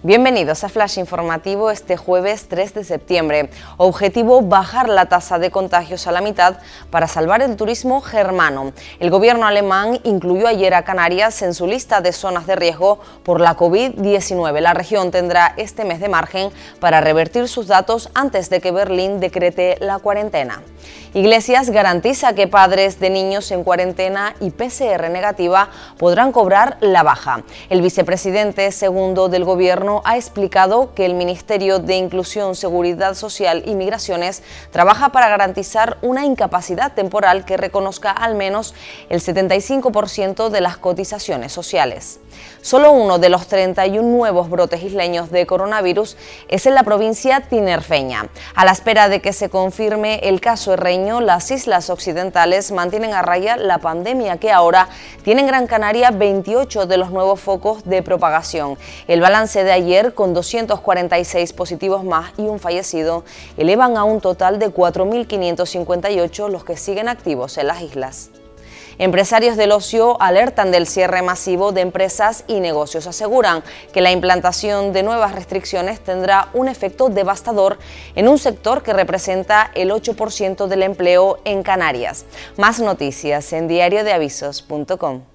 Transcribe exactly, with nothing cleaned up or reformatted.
Bienvenidos a Flash Informativo este jueves tres de septiembre. Objetivo: bajar la tasa de contagios a la mitad para salvar el turismo germano. El gobierno alemán incluyó ayer a Canarias en su lista de zonas de riesgo por la COVID diecinueve. La región tendrá este mes de margen para revertir sus datos antes de que Berlín decrete la cuarentena. Iglesias garantiza que padres de niños en cuarentena y P C R negativa podrán cobrar la baja. El vicepresidente segundo del gobierno ha explicado que el Ministerio de Inclusión, Seguridad Social y Migraciones trabaja para garantizar una incapacidad temporal que reconozca al menos el setenta y cinco por ciento de las cotizaciones sociales. Solo uno de los treinta y un nuevos brotes isleños de coronavirus es en la provincia tinerfeña. A la espera de que se confirme el caso herreño, las islas occidentales mantienen a raya la pandemia que ahora tiene en Gran Canaria veintiocho de los nuevos focos de propagación. El balance de ayer, con doscientos cuarenta y seis positivos más y un fallecido, elevan a un total de cuatro mil quinientos cincuenta y ocho los que siguen activos en las islas. Empresarios del ocio alertan del cierre masivo de empresas y negocios. Aseguran que la implantación de nuevas restricciones tendrá un efecto devastador en un sector que representa el ocho por ciento del empleo en Canarias. Más noticias en diario de avisos punto com.